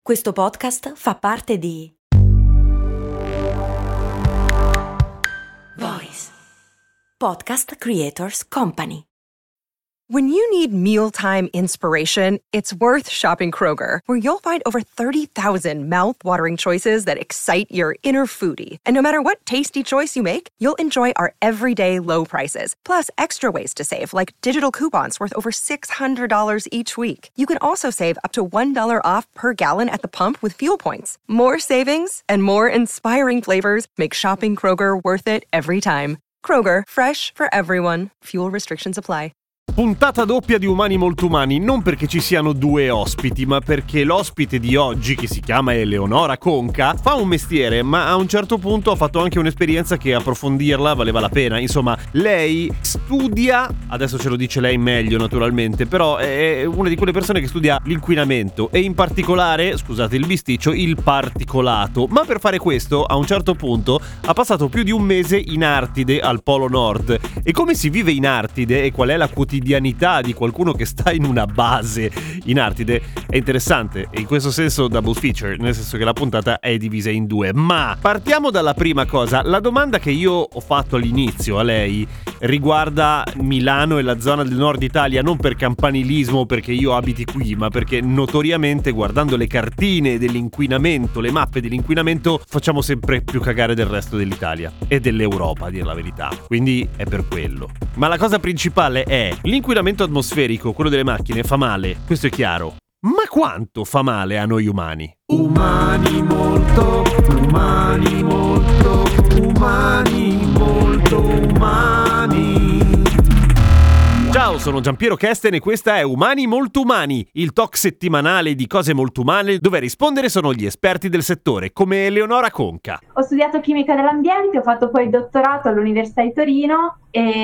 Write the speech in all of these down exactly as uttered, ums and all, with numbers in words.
Questo podcast fa parte di Voice Podcast Creators Company. When you need mealtime inspiration, it's worth shopping Kroger, where you'll find over thirty thousand mouth-watering choices that excite your inner foodie. And no matter what tasty choice you make, you'll enjoy our everyday low prices, plus extra ways to save, like digital coupons worth over six hundred dollars each week. You can also save up to one dollar off per gallon at the pump with fuel points. More savings and more inspiring flavors make shopping Kroger worth it every time. Kroger, fresh for everyone. Fuel restrictions apply. Puntata doppia di Umani Molto Umani, non perché ci siano due ospiti, ma perché l'ospite di oggi, che si chiama Eleonora Conca, fa un mestiere, ma a un certo punto ha fatto anche un'esperienza che approfondirla valeva la pena. Insomma, lei studia, adesso ce lo dice lei meglio naturalmente, però è una di quelle persone che studia l'inquinamento e in particolare, scusate il bisticcio, il particolato. Ma per fare questo, a un certo punto, ha passato più di un mese in Artide, al Polo Nord. E come si vive in Artide e qual è la quotidianità di qualcuno che sta in una base in Artide è interessante, e in questo senso double feature, nel senso che la puntata è divisa in due. Ma partiamo dalla prima cosa. La domanda che io ho fatto all'inizio a lei riguarda Milano e la zona del nord Italia, non per campanilismo, perché io abiti qui, ma perché notoriamente, guardando le cartine dell'inquinamento, le mappe dell'inquinamento, facciamo sempre più cagare del resto dell'Italia e dell'Europa, a dire la verità. Quindi è per quello. Ma la cosa principale è: l'inquinamento atmosferico, quello delle macchine, fa male, questo è chiaro. Ma quanto fa male a noi umani? Umani molto, umani molto, umani molto umani. Ciao, sono Giampiero Kesten e questa è Umani Molto Umani, il talk settimanale di cose molto umane dove a rispondere sono gli esperti del settore, come Eleonora Conca. Ho studiato chimica dell'ambiente, ho fatto poi il dottorato all'Università di Torino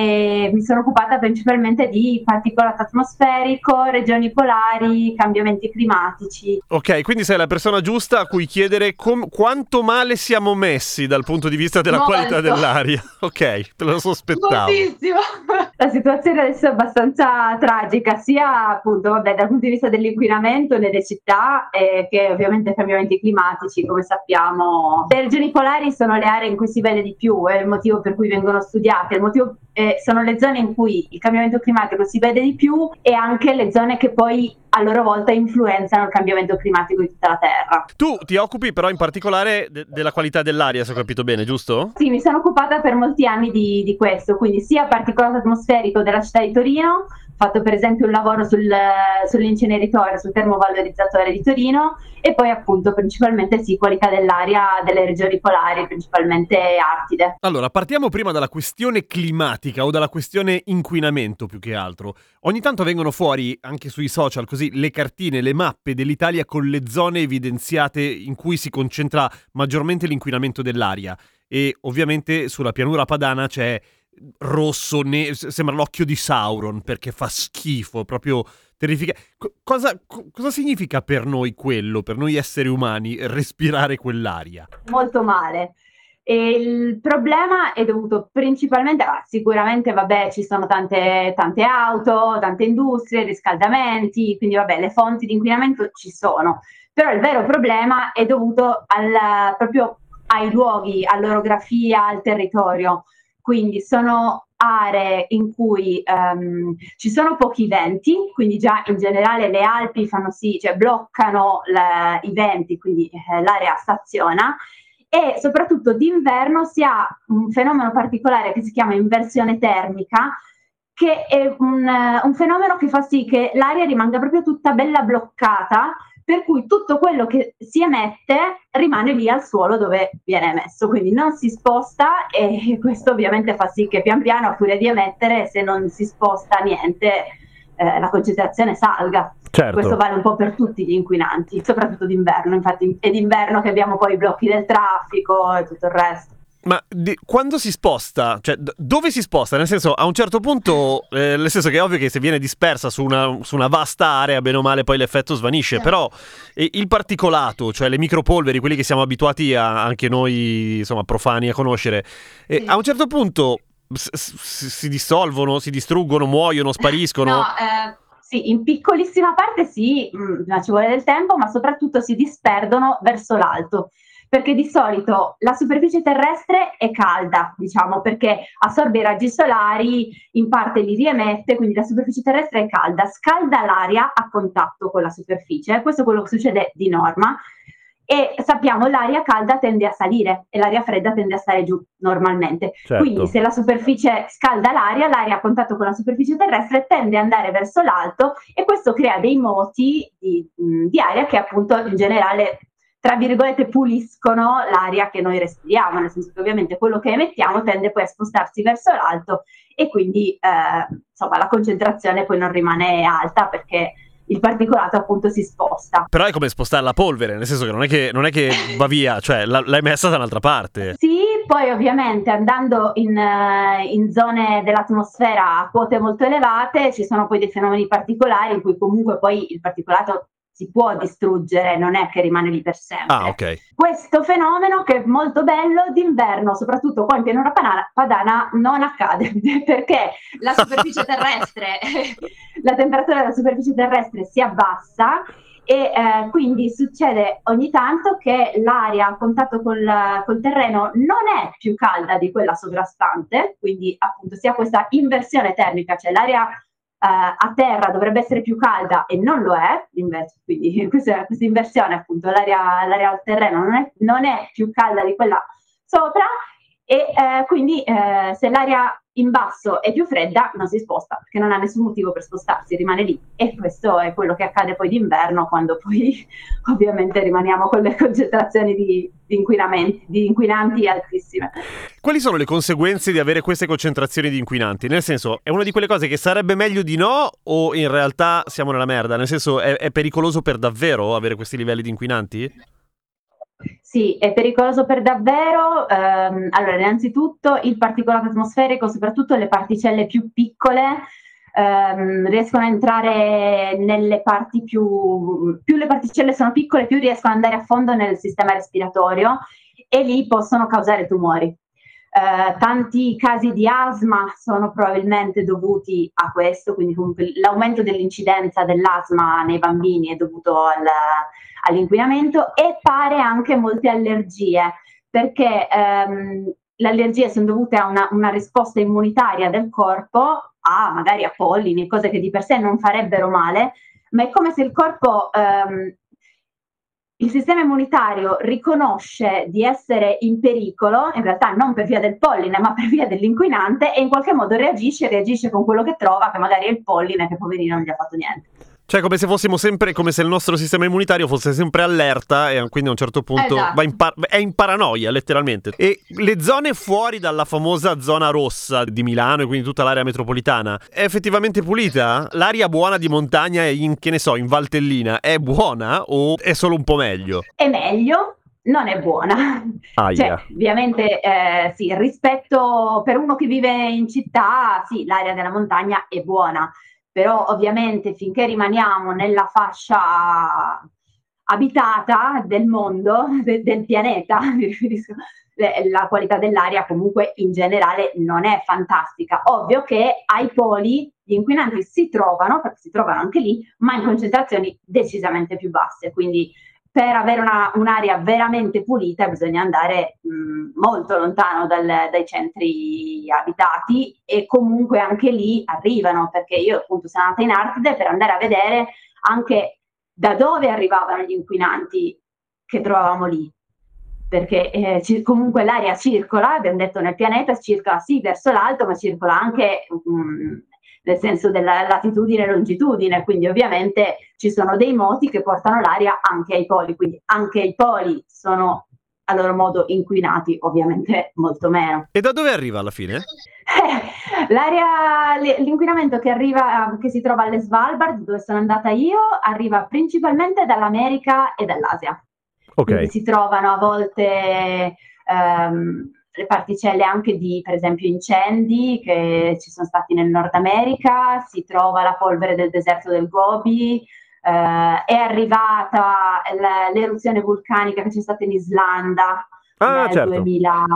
e mi sono occupata principalmente di particolato atmosferico, regioni polari, cambiamenti climatici. Ok, quindi sei la persona giusta a cui chiedere com- quanto male siamo messi dal punto di vista della Molto. qualità dell'aria. Ok, te lo sospettavo. Moltissimo! La situazione adesso è abbastanza tragica, sia appunto vabbè, dal punto di vista dell'inquinamento nelle città eh, che ovviamente cambiamenti climatici, come sappiamo. Le regioni polari sono le aree in cui si vede di più, è il motivo per cui vengono studiate, il motivo eh, sono le zone in cui il cambiamento climatico si vede di più e anche le zone che poi a loro volta influenzano il cambiamento climatico di tutta la Terra. Tu ti occupi però in particolare de- della qualità dell'aria, se ho capito bene, giusto? Sì, mi sono occupata per molti anni di, di questo, quindi sia particolato atmosferico della città di Torino, ho fatto per esempio un lavoro sul, sull'inceneritore, sul termovalorizzatore di Torino, e poi appunto principalmente sì, qualità dell'aria delle regioni polari, principalmente Artide. Allora, partiamo prima dalla questione climatica o dalla questione inquinamento più che altro. Ogni tanto vengono fuori anche sui social così le cartine, le mappe dell'Italia con le zone evidenziate in cui si concentra maggiormente l'inquinamento dell'aria, e ovviamente sulla pianura padana c'è rosso, ne- sembra l'occhio di Sauron perché fa schifo, proprio terrificante. Co- cosa, co- cosa significa per noi quello, per noi esseri umani, respirare quell'aria? Molto male. E il problema è dovuto principalmente, ah, sicuramente vabbè ci sono tante, tante auto, tante industrie, riscaldamenti, quindi vabbè le fonti di inquinamento ci sono, però il vero problema è dovuto al, proprio ai luoghi, all'orografia, al territorio. Quindi sono aree in cui um, ci sono pochi venti, quindi già in generale le Alpi fanno sì, cioè bloccano le, i venti, quindi eh, l'area staziona, e soprattutto d'inverno si ha un fenomeno particolare che si chiama inversione termica, che è un, un fenomeno che fa sì che l'aria rimanga proprio tutta bella bloccata, per cui tutto quello che si emette rimane lì al suolo dove viene emesso, quindi non si sposta, e questo ovviamente fa sì che pian piano, a furia di emettere, se non si sposta niente, eh, la concentrazione salga. Certo. Questo vale un po' per tutti gli inquinanti, soprattutto d'inverno, infatti è d'inverno che abbiamo poi i blocchi del traffico e tutto il resto. Ma di, quando si sposta, cioè d- dove si sposta? Nel senso, a un certo punto, eh, nel senso che è ovvio che se viene dispersa su una, su una vasta area, bene o male poi l'effetto svanisce, Sì. Però eh, il particolato, cioè le micropolveri, quelli che siamo abituati a, anche noi, insomma, profani a conoscere, eh, Sì. a un certo punto s- s- si dissolvono, si distruggono, muoiono, spariscono. No, eh, Sì, in piccolissima parte sì, mh, ma ci vuole del tempo, ma soprattutto si disperdono verso l'alto, perché di solito la superficie terrestre è calda, diciamo, perché assorbe i raggi solari, in parte li riemette, quindi la superficie terrestre è calda, scalda l'aria a contatto con la superficie, questo è quello che succede di norma, e sappiamo l'aria calda tende a salire e l'aria fredda tende a stare giù normalmente. Certo. Quindi se la superficie scalda l'aria, l'aria a contatto con la superficie terrestre tende ad andare verso l'alto e questo crea dei moti di, di aria che appunto in generale, tra virgolette, puliscono l'aria che noi respiriamo, nel senso che ovviamente quello che emettiamo tende poi a spostarsi verso l'alto e quindi eh, insomma la concentrazione poi non rimane alta perché il particolato appunto si sposta. Però è come spostare la polvere, nel senso che non è che, non è che va via, cioè l'hai messa da un'altra parte. Sì, poi ovviamente andando in, in zone dell'atmosfera a quote molto elevate ci sono poi dei fenomeni particolari in cui comunque poi il particolato si può distruggere, non è che rimane lì per sempre. Ah, ok. Questo fenomeno, che è molto bello, d'inverno, soprattutto qua in pianura padana, non accade perché la superficie terrestre, la temperatura della superficie terrestre si abbassa e eh, quindi succede ogni tanto che l'aria a contatto col, col terreno non è più calda di quella sovrastante, quindi appunto si ha questa inversione termica, cioè l'aria Uh, a terra dovrebbe essere più calda e non lo è, invece, quindi questa, questa inversione appunto, l'aria, l'aria al terreno non è, non è più calda di quella sopra e uh, quindi uh, se l'aria in basso è più fredda non si sposta perché non ha nessun motivo per spostarsi, rimane lì e questo è quello che accade poi d'inverno quando poi ovviamente rimaniamo con le concentrazioni di, di inquinamenti, di inquinanti altissime. Quali sono le conseguenze di avere queste concentrazioni di inquinanti? Nel senso, è una di quelle cose che sarebbe meglio di no o in realtà siamo nella merda? Nel senso, è, è pericoloso per davvero avere questi livelli di inquinanti? Sì, è pericoloso per davvero. Um, allora, innanzitutto il particolato atmosferico, soprattutto le particelle più piccole, um, riescono a entrare nelle parti più... più le particelle sono piccole, più riescono ad andare a fondo nel sistema respiratorio e lì possono causare tumori. Uh, tanti casi di asma sono probabilmente dovuti a questo, quindi comunque l'aumento dell'incidenza dell'asma nei bambini è dovuto al, all'inquinamento e pare anche molte allergie, perché um, le allergie sono dovute a una, una risposta immunitaria del corpo, a magari a pollini, cose che di per sé non farebbero male, ma è come se il corpo... Um, il sistema immunitario riconosce di essere in pericolo, in realtà non per via del polline, ma per via dell'inquinante, e in qualche modo reagisce, reagisce con quello che trova, che magari è il polline, che poverino non gli ha fatto niente. Cioè come se fossimo sempre, come se il nostro sistema immunitario fosse sempre allerta e quindi a un certo punto esatto. va in par- è in paranoia letteralmente. E le zone fuori dalla famosa zona rossa di Milano e quindi tutta l'area metropolitana è effettivamente pulita? L'aria buona di montagna in, che ne so, in Valtellina è buona o è solo un po' meglio? È meglio, non è buona. Aia. Cioè, ovviamente eh, sì, rispetto per uno che vive in città, sì, l'aria della montagna è buona. Però ovviamente finché rimaniamo nella fascia abitata del mondo, de- del pianeta, mi riferisco, le- la qualità dell'aria comunque in generale non è fantastica. Ovvio che ai poli gli inquinanti si trovano, perché si trovano anche lì, ma in concentrazioni decisamente più basse, quindi per avere una, un'aria veramente pulita bisogna andare mh, molto lontano dal, dai centri abitati e comunque anche lì arrivano, perché io appunto sono andata in Artide per andare a vedere anche da dove arrivavano gli inquinanti che trovavamo lì, perché eh, c- comunque l'aria circola, abbiamo detto nel pianeta, circola sì verso l'alto, ma circola anche... Mh, nel senso della latitudine e longitudine, quindi ovviamente ci sono dei moti che portano l'aria anche ai poli, quindi anche i poli sono a loro modo inquinati, ovviamente molto meno. E da dove arriva alla fine? Eh, l'aria, l'inquinamento che arriva, che si trova alle Svalbard, dove sono andata io, arriva principalmente dall'America e dall'Asia. Ok. Quindi si trovano a volte... Um, le particelle anche di, per esempio, incendi che ci sono stati nel Nord America, si trova la polvere del deserto del Gobi, eh, è arrivata l'eruzione vulcanica che c'è stata in Islanda ah, nel certo.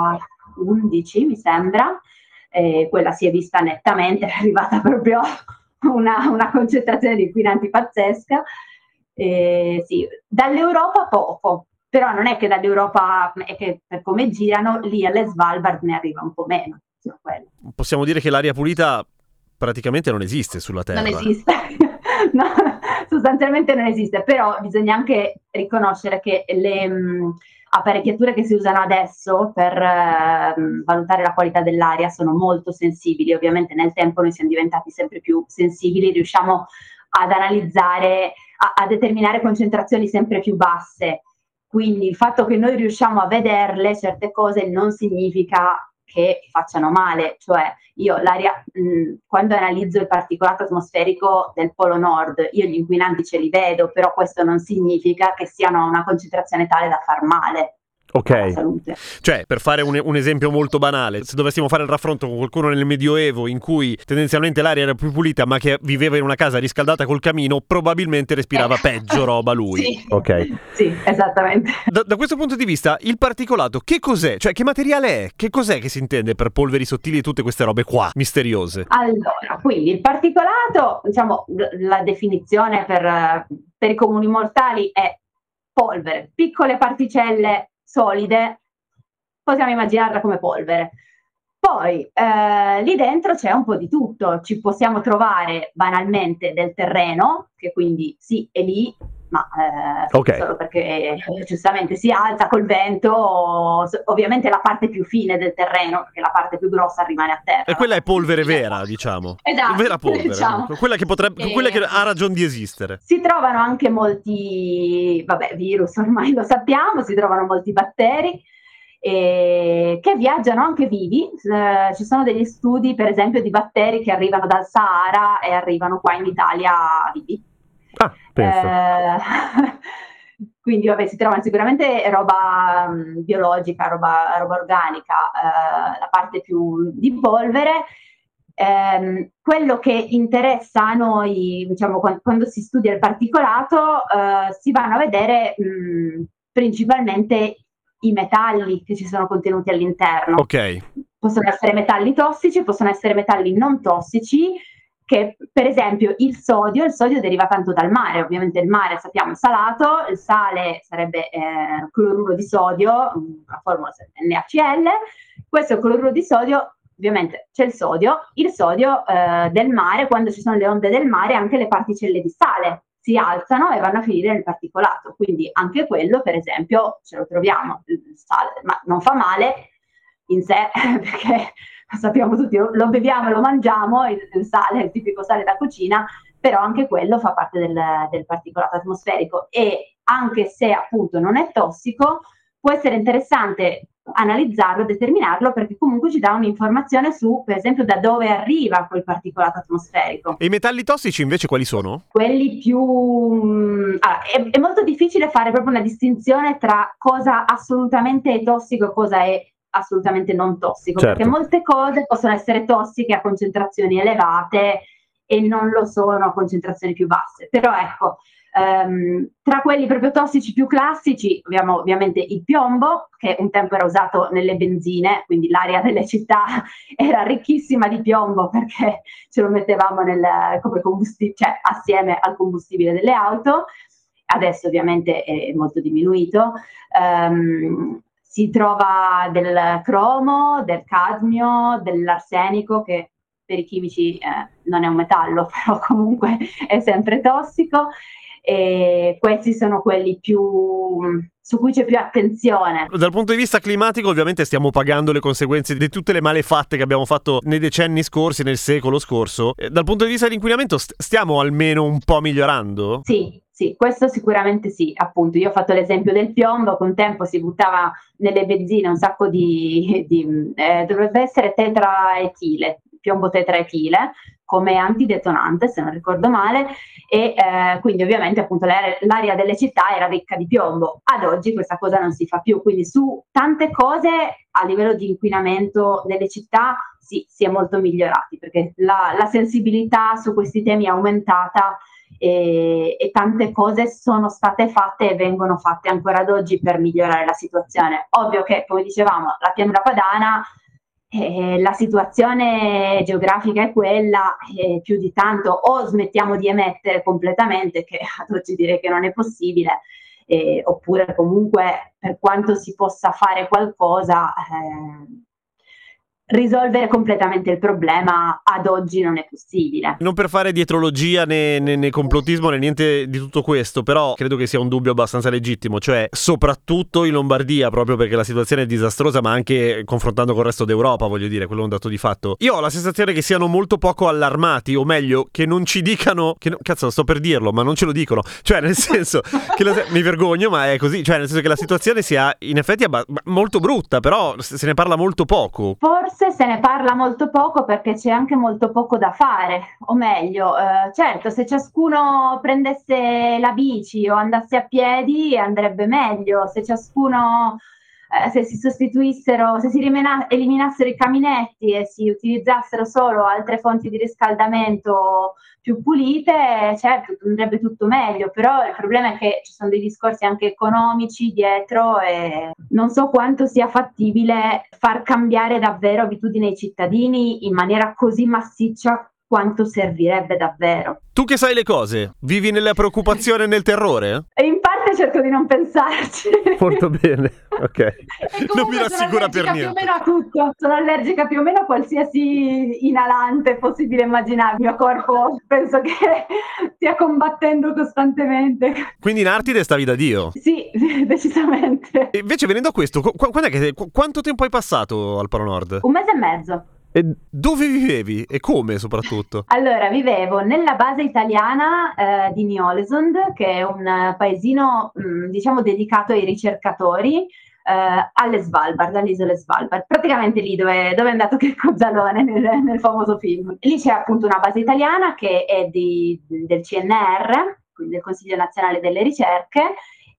duemilaundici, mi sembra, e quella si è vista nettamente, è arrivata proprio una, una concentrazione di inquinanti pazzesca. Eh, sì, dall'Europa poco, però non è che dall'Europa, è che per come girano, lì alle Svalbard ne arriva un po' meno. Insomma, quello. Possiamo dire che l'aria pulita praticamente non esiste sulla Terra. Non esiste, no, sostanzialmente non esiste, però bisogna anche riconoscere che le mh, apparecchiature che si usano adesso per uh, valutare la qualità dell'aria sono molto sensibili. Ovviamente nel tempo noi siamo diventati sempre più sensibili, riusciamo ad analizzare, a, a determinare concentrazioni sempre più basse. Quindi il fatto che noi riusciamo a vederle certe cose non significa che facciano male. Cioè io l'aria, mh, quando analizzo il particolato atmosferico del Polo Nord, io gli inquinanti ce li vedo, però questo non significa che siano a una concentrazione tale da far male. Ok, cioè per fare un, un esempio molto banale, se dovessimo fare il raffronto con qualcuno nel Medioevo in cui tendenzialmente l'aria era più pulita ma che viveva in una casa riscaldata col camino, probabilmente respirava eh. peggio roba lui. Sì. Ok. Sì, esattamente. Da, da questo punto di vista il particolato che cos'è? Cioè che materiale è? Che cos'è che si intende per polveri sottili e tutte queste robe qua misteriose? Allora, quindi il particolato, diciamo, la definizione per, per i comuni mortali è polvere, piccole particelle solide, possiamo immaginarla come polvere. Poi eh, lì dentro c'è un po' di tutto, ci possiamo trovare banalmente del terreno, che quindi sì è lì, ma eh, okay. solo perché eh, giustamente si alza col vento, ovviamente la parte più fine del terreno, perché la parte più grossa rimane a terra. E quella è polvere vera, diciamo. Esatto. Vera polvere, diciamo. quella che potrebbe, e... quella che ha ragione di esistere. Si trovano anche molti, vabbè, virus ormai lo sappiamo, si trovano molti batteri, eh, che viaggiano anche vivi. Eh, ci sono degli studi, per esempio, di batteri che arrivano dal Sahara e arrivano qua in Italia vivi. Ah, penso. Eh, quindi vabbè, si trovano sicuramente roba mh, biologica, roba, roba organica, eh, la parte più di polvere. Eh, quello che interessa a noi, diciamo, quando, quando si studia il particolato, eh, si vanno a vedere mh, principalmente i metalli che ci sono contenuti all'interno. Ok. Possono essere metalli tossici, possono essere metalli non tossici, che per esempio il sodio, il sodio deriva tanto dal mare, ovviamente il mare sappiamo è salato, il sale sarebbe eh, cloruro di sodio, la formula è N A C L, questo è il cloruro di sodio, ovviamente c'è il sodio, il sodio eh, del mare, quando ci sono le onde del mare anche le particelle di sale si alzano e vanno a finire nel particolato, quindi anche quello per esempio ce lo troviamo, il sale, ma non fa male in sé perché lo sappiamo tutti, lo, lo beviamo e lo mangiamo, il, il sale, il tipico sale da cucina, però anche quello fa parte del, del particolato atmosferico e anche se appunto non è tossico, può essere interessante analizzarlo, determinarlo, perché comunque ci dà un'informazione su, per esempio, da dove arriva quel particolato atmosferico. E i metalli tossici invece quali sono? Quelli più... Allora, è, è molto difficile fare proprio una distinzione tra cosa assolutamente è tossico e cosa è assolutamente non tossico, certo. Perché molte cose possono essere tossiche a concentrazioni elevate e non lo sono a concentrazioni più basse, però ecco, um, tra quelli proprio tossici più classici abbiamo ovviamente il piombo, che un tempo era usato nelle benzine, quindi l'aria delle città era ricchissima di piombo perché ce lo mettevamo nel, come combustibile, cioè assieme al combustibile delle auto. Adesso ovviamente è molto diminuito. Um, Si trova del cromo, del cadmio, dell'arsenico, che per i chimici eh, non è un metallo, però comunque è sempre tossico. E questi sono quelli più su cui c'è più attenzione. Dal punto di vista climatico ovviamente stiamo pagando le conseguenze di tutte le malefatte che abbiamo fatto nei decenni scorsi, nel secolo scorso. Dal punto di vista dell'inquinamento st- stiamo almeno un po' migliorando? Sì, sì, questo sicuramente sì. Appunto, io ho fatto l'esempio del piombo, che un tempo si buttava nelle benzine un sacco di, di eh, dovrebbe essere tetraetile, piombo tetraetile, come antidetonante, se non ricordo male, e eh, quindi ovviamente appunto l'aria, l'aria delle città era ricca di piombo. Ad oggi questa cosa non si fa più, quindi su tante cose a livello di inquinamento delle città sì, si è molto migliorati, perché la, la sensibilità su questi temi è aumentata e, e tante cose sono state fatte e vengono fatte ancora ad oggi per migliorare la situazione. Ovvio che, come dicevamo, la pianura padana eh, la situazione geografica è quella, e più di tanto o smettiamo di emettere completamente, che ad oggi direi che non è possibile, eh, oppure comunque per quanto si possa fare qualcosa, eh, risolvere completamente il problema ad oggi non è possibile. Non per fare dietrologia né, né, né complottismo né niente di tutto questo, però credo che sia un dubbio abbastanza legittimo, cioè soprattutto in Lombardia, proprio perché la situazione è disastrosa, ma anche confrontando con il resto d'Europa, voglio dire, quello è un dato di fatto. Io ho la sensazione che siano molto poco allarmati, o meglio, che non ci dicano, che no, cazzo, sto per dirlo, ma non ce lo dicono, cioè nel senso che la, mi vergogno, ma è così, cioè nel senso che la situazione sia in effetti abba- molto brutta, però se ne parla molto poco. Forse se ne parla molto poco perché c'è anche molto poco da fare, o meglio, eh, certo, se ciascuno prendesse la bici o andasse a piedi andrebbe meglio, se ciascuno, eh, se si sostituissero, se si rimena- eliminassero i caminetti e si utilizzassero solo altre fonti di riscaldamento più pulite, certo, andrebbe tutto meglio, però il problema è che ci sono dei discorsi anche economici dietro e non so quanto sia fattibile far cambiare davvero abitudini ai cittadini in maniera così massiccia quanto servirebbe davvero. Tu che sai le cose, vivi nella preoccupazione e nel terrore? E in parte cerco di non pensarci. Molto bene, ok. Non mi Sono rassicura per allergica niente. più o meno a tutto, sono allergica più o meno a qualsiasi inalante possibile e immaginabile. Il mio corpo penso che stia combattendo costantemente. Quindi in Artide stavi da Dio? Sì, decisamente. E invece venendo a questo, qu- quando è che, qu- quanto tempo hai passato al Polo Nord? Un mese e mezzo. E dove vivevi? E come soprattutto? Allora, vivevo nella base italiana eh, di Ny-Ålesund, che è un eh, paesino mh, diciamo dedicato ai ricercatori, eh, alle Svalbard, alle isole Svalbard, praticamente lì dove, dove è andato Checco Zalone nel, nel famoso film. Lì c'è appunto una base italiana che è di, del C N R, quindi del Consiglio Nazionale delle Ricerche,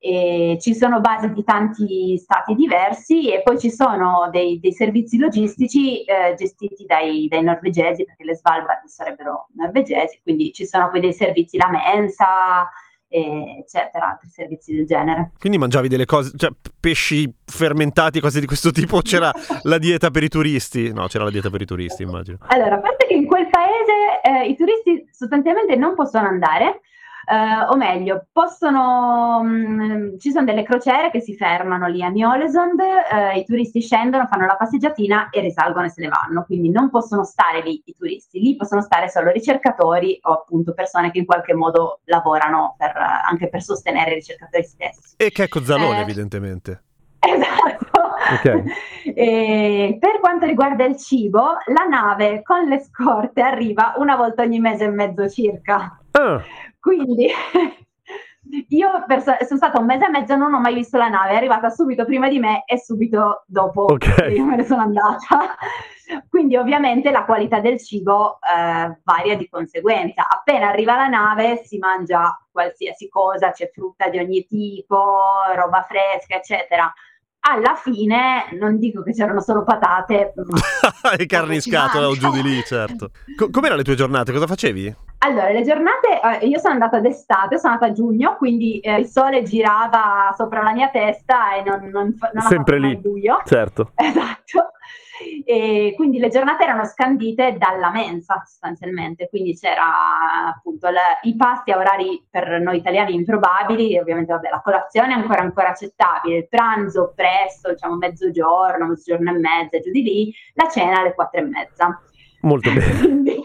e ci sono basi di tanti stati diversi e poi ci sono dei, dei servizi logistici eh, gestiti dai, dai norvegesi, perché le Svalbard sarebbero norvegesi, quindi ci sono poi dei servizi, la mensa, eh, eccetera, altri servizi del genere. Quindi mangiavi delle cose, cioè pesci fermentati, cose di questo tipo? C'era la dieta per i turisti? No, c'era la dieta per i turisti, immagino. Allora, a parte che in quel paese eh, i turisti sostanzialmente non possono andare, Uh, o meglio, possono, mh, ci sono delle crociere che si fermano lì a Ny-Ålesund, uh, i turisti scendono, fanno la passeggiatina e risalgono e se ne vanno, quindi non possono stare lì i turisti, lì possono stare solo ricercatori o appunto persone che in qualche modo lavorano per, uh, anche per sostenere i ricercatori stessi. E Checco Zalone, eh, evidentemente. Esatto. Okay. E per quanto riguarda il cibo, la nave con le scorte arriva una volta ogni mese e mezzo circa. Ah. Quindi io perso- sono stata un mese e mezzo, non ho mai visto la nave, è arrivata subito prima di me e subito dopo Okay. che io me ne sono andata. Quindi ovviamente la qualità del cibo eh, varia di conseguenza. Appena arriva la nave si mangia qualsiasi cosa, c'è frutta di ogni tipo, roba fresca, eccetera. Alla fine non dico che c'erano solo patate, e carne in scatola o giù di lì, certo. Co- com'erano le tue giornate? Cosa facevi? Allora, le giornate, eh, io sono andata d'estate, sono andata a giugno, quindi eh, il sole girava sopra la mia testa e non, non, fa- non Sempre ha fatto lì. mai buio. Certo. Esatto. E quindi le giornate erano scandite dalla mensa sostanzialmente, quindi c'era appunto la- i pasti a orari per noi italiani improbabili, ovviamente vabbè, la colazione è ancora ancora accettabile, il pranzo presto, diciamo mezzogiorno, mezzogiorno e mezza, giù di lì, la cena alle quattro e mezza. Molto bene. Quindi,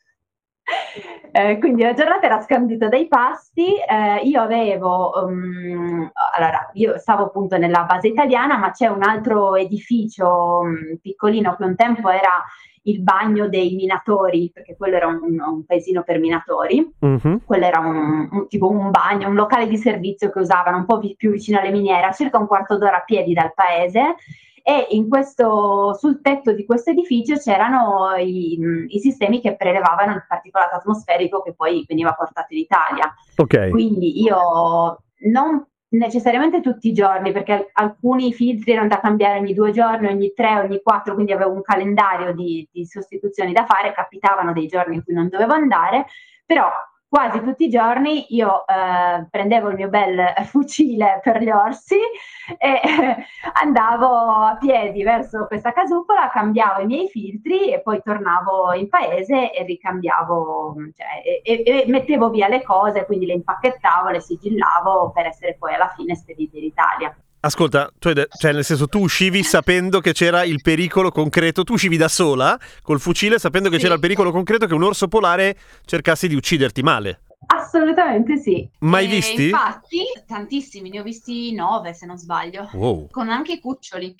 eh, quindi la giornata era scandita dai pasti, eh, io avevo, um, allora io stavo appunto nella base italiana, ma c'è un altro edificio um, piccolino che un tempo era il bagno dei minatori, perché quello era un, un paesino per minatori, Mm-hmm. quello era un, un, tipo un bagno, un locale di servizio che usavano un po' vi- più vicino alle miniere, a circa un quarto d'ora a piedi dal paese. E in questo, sul tetto di questo edificio c'erano i, i sistemi che prelevavano il particolato atmosferico che poi veniva portato in Italia. Ok. Quindi io non necessariamente tutti i giorni, perché alcuni filtri erano da cambiare ogni due giorni, ogni tre, ogni quattro, quindi avevo un calendario di, di sostituzioni da fare, capitavano dei giorni in cui non dovevo andare, però quasi tutti i giorni io eh, prendevo il mio bel fucile per gli orsi e eh, andavo a piedi verso questa casupola, cambiavo i miei filtri e poi tornavo in paese e ricambiavo, cioè, e, e, e mettevo via le cose, quindi le impacchettavo, le sigillavo per essere poi alla fine spedite in Italia. Ascolta, tu hai de- cioè nel senso tu uscivi sapendo che c'era il pericolo concreto, tu uscivi da sola col fucile sapendo che Sì. c'era il pericolo concreto che un orso polare cercasse di ucciderti male. Assolutamente sì. Mai E visti? Infatti, tantissimi, ne ho visti nove se non sbaglio, Wow. con anche i cuccioli.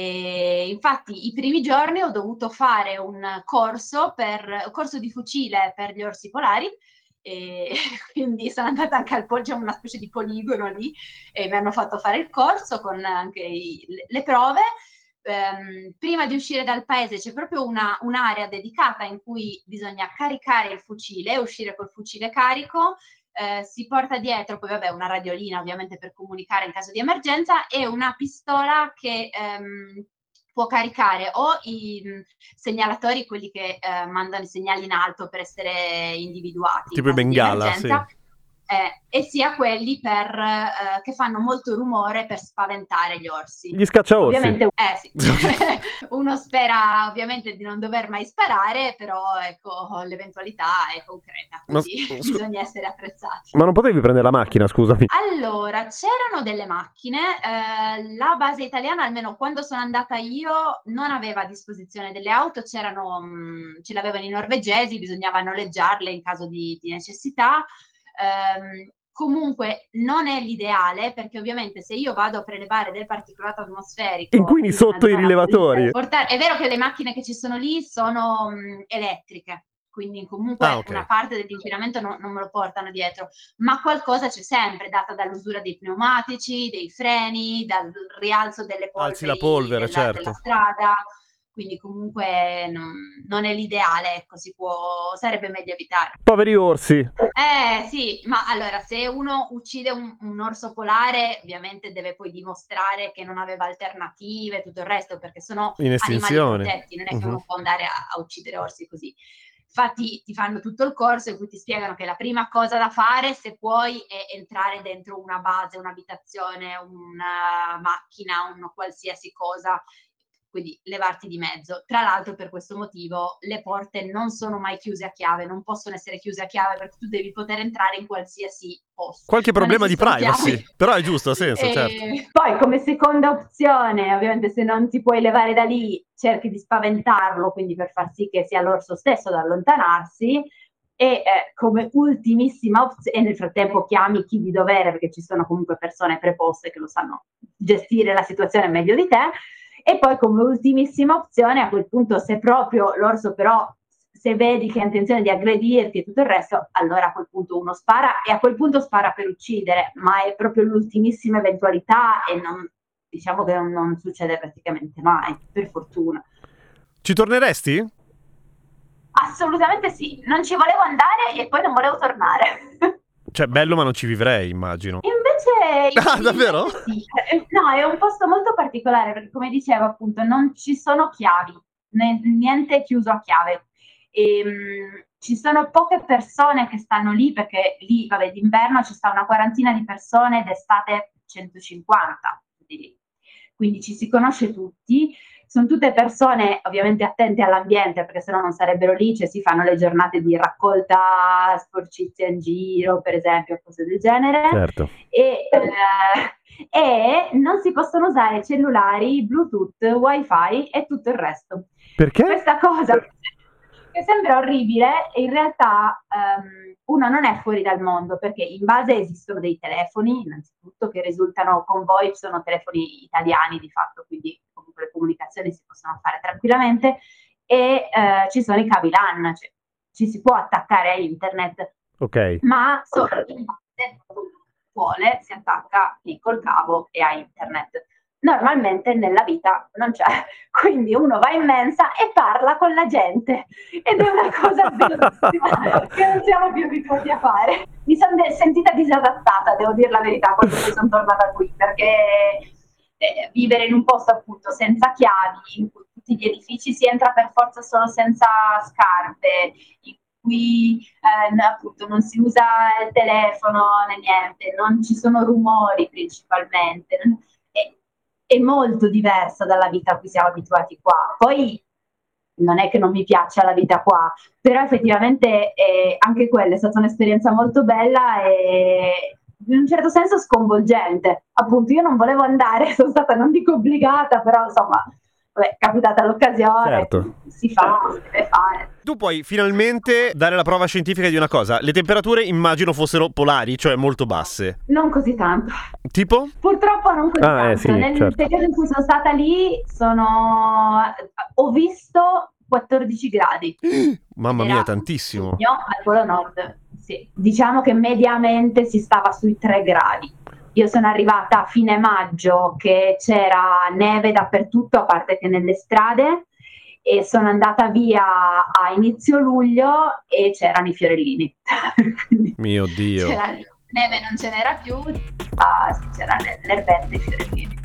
E infatti i primi giorni ho dovuto fare un corso per un corso di fucile per gli orsi polari. E quindi sono andata anche al Poggio, una specie di poligono lì, e mi hanno fatto fare il corso con anche i, le, le prove. Um, prima di uscire dal paese c'è proprio una, un'area dedicata in cui bisogna caricare il fucile, uscire col fucile carico, eh, si porta dietro poi vabbè una radiolina ovviamente per comunicare in caso di emergenza e una pistola che um, può caricare o i mh, segnalatori, quelli che eh, mandano i segnali in alto per essere individuati Tipo i in caso di Bengala, emergenza, sì. eh, e sia quelli per, eh, che fanno molto rumore per spaventare gli orsi. Gli scacciaorsi. Ovviamente Eh sì, uno spera ovviamente di non dover mai sparare, però ecco, l'eventualità è concreta, Ma quindi scu- bisogna essere attrezzati. Ma non potevi prendere la macchina, scusami. Allora, c'erano delle macchine, eh, la base italiana, almeno quando sono andata io, non aveva a disposizione delle auto, c'erano, mh, ce l'avevano i norvegesi, bisognava noleggiarle in caso di, di necessità. Um, comunque non è l'ideale, perché ovviamente se io vado a prelevare del particolato atmosferico Inquini in sotto una i zona rilevatori. pulita, portare- è vero che le macchine che ci sono lì sono mh, elettriche, quindi comunque Ah, ok. una parte dell'inquinamento no- non me lo portano dietro, ma qualcosa c'è sempre, data dall'usura dei pneumatici, dei freni, dal rialzo delle polveri Alzi la polvere, della, certo. della strada. Quindi comunque non, non è l'ideale, ecco, si può, sarebbe meglio evitare. Poveri orsi. Eh sì, ma allora se uno uccide un, un orso polare, ovviamente deve poi dimostrare che non aveva alternative e tutto il resto, perché sono In animali estinzione. protetti, non è che Mhm. uno può andare a, a uccidere orsi così. Infatti ti fanno tutto il corso in cui ti spiegano che la prima cosa da fare, se puoi, è entrare dentro una base, un'abitazione, una macchina, una qualsiasi cosa, quindi levarti di mezzo. Tra l'altro per questo motivo le porte non sono mai chiuse a chiave, non possono essere chiuse a chiave perché tu devi poter entrare in qualsiasi posto. Qualche Non problema di esistono privacy, chiavi. però è giusto, ha senso, E- certo. Poi come seconda opzione, ovviamente se non ti puoi levare da lì, cerchi di spaventarlo, quindi per far sì che sia l'orso stesso ad allontanarsi, e eh, come ultimissima opzione, e nel frattempo chiami chi di dovere, perché ci sono comunque persone preposte che lo sanno gestire la situazione meglio di te, e poi come ultimissima opzione, a quel punto, se proprio l'orso però, se vedi che ha intenzione di aggredirti e tutto il resto, allora a quel punto uno spara, e a quel punto spara per uccidere, ma è proprio l'ultimissima eventualità e non, diciamo che non, non succede praticamente mai, per fortuna. Ci torneresti? Assolutamente sì, non ci volevo andare e poi non volevo tornare. Cioè, bello, ma non ci vivrei, immagino. Invece, Ah, invece davvero? sì. Eh, No, è un posto molto particolare perché, come dicevo, appunto, non ci sono chiavi, né- niente chiuso a chiave. Ehm, ci sono poche persone che stanno lì perché lì, vabbè, d'inverno ci sta una quarantina di persone, d'estate centocinquanta di lì. Quindi ci si conosce tutti. Sono tutte persone ovviamente attente all'ambiente, perché sennò non sarebbero lì, cioè si fanno le giornate di raccolta sporcizia in giro, per esempio, cose del genere. Certo. E, eh, e non si possono usare cellulari, Bluetooth, Wi-Fi e tutto il resto. Perché? Questa cosa che sembra orribile, in realtà ehm, uno non è fuori dal mondo, perché in base esistono dei telefoni, innanzitutto, che risultano con VoIP, sono telefoni italiani di fatto, quindi comunque le comunicazioni si possono fare tranquillamente, e eh, ci sono i cavi LAN, cioè ci si può attaccare a internet, Ok. ma solo in base vuole, si attacca lì col cavo e a internet. Normalmente nella vita non c'è, quindi uno va in mensa e parla con la gente ed è una cosa bellissima che non siamo più abituati a fare. Mi sono de- sentita disadattata, devo dire la verità, quando mi sono tornata qui, perché eh, vivere in un posto appunto senza chiavi, in cui tutti gli edifici si entra per forza solo senza scarpe, in cui eh, n- appunto non si usa il telefono né niente, non ci sono rumori principalmente, è, è molto diversa dalla vita a cui siamo abituati qua. Poi non è che non mi piaccia la vita qua, però effettivamente eh, anche quella è stata un'esperienza molto bella e in un certo senso sconvolgente. Appunto, io non volevo andare, sono stata, non dico obbligata, però insomma, vabbè, è capitata l'occasione, Certo. si fa, si deve fare. Tu puoi finalmente dare la prova scientifica di una cosa. Le temperature immagino fossero polari, cioè molto basse. Non così tanto. Tipo? Purtroppo non così Ah, tanto. eh, sì, Nel certo. periodo in cui sono stata lì sono... ho visto quattordici gradi. Mamma Era mia, tantissimo. giugno al Polo Nord. Sì. Diciamo che mediamente si stava sui tre gradi. Io sono arrivata a fine maggio che c'era neve dappertutto, a parte che nelle strade, e sono andata via a inizio luglio e c'erano i fiorellini. Quindi Mio Dio. C'era neve, non ce n'era più. ah, sì, c'erano le erbette e i fiorellini.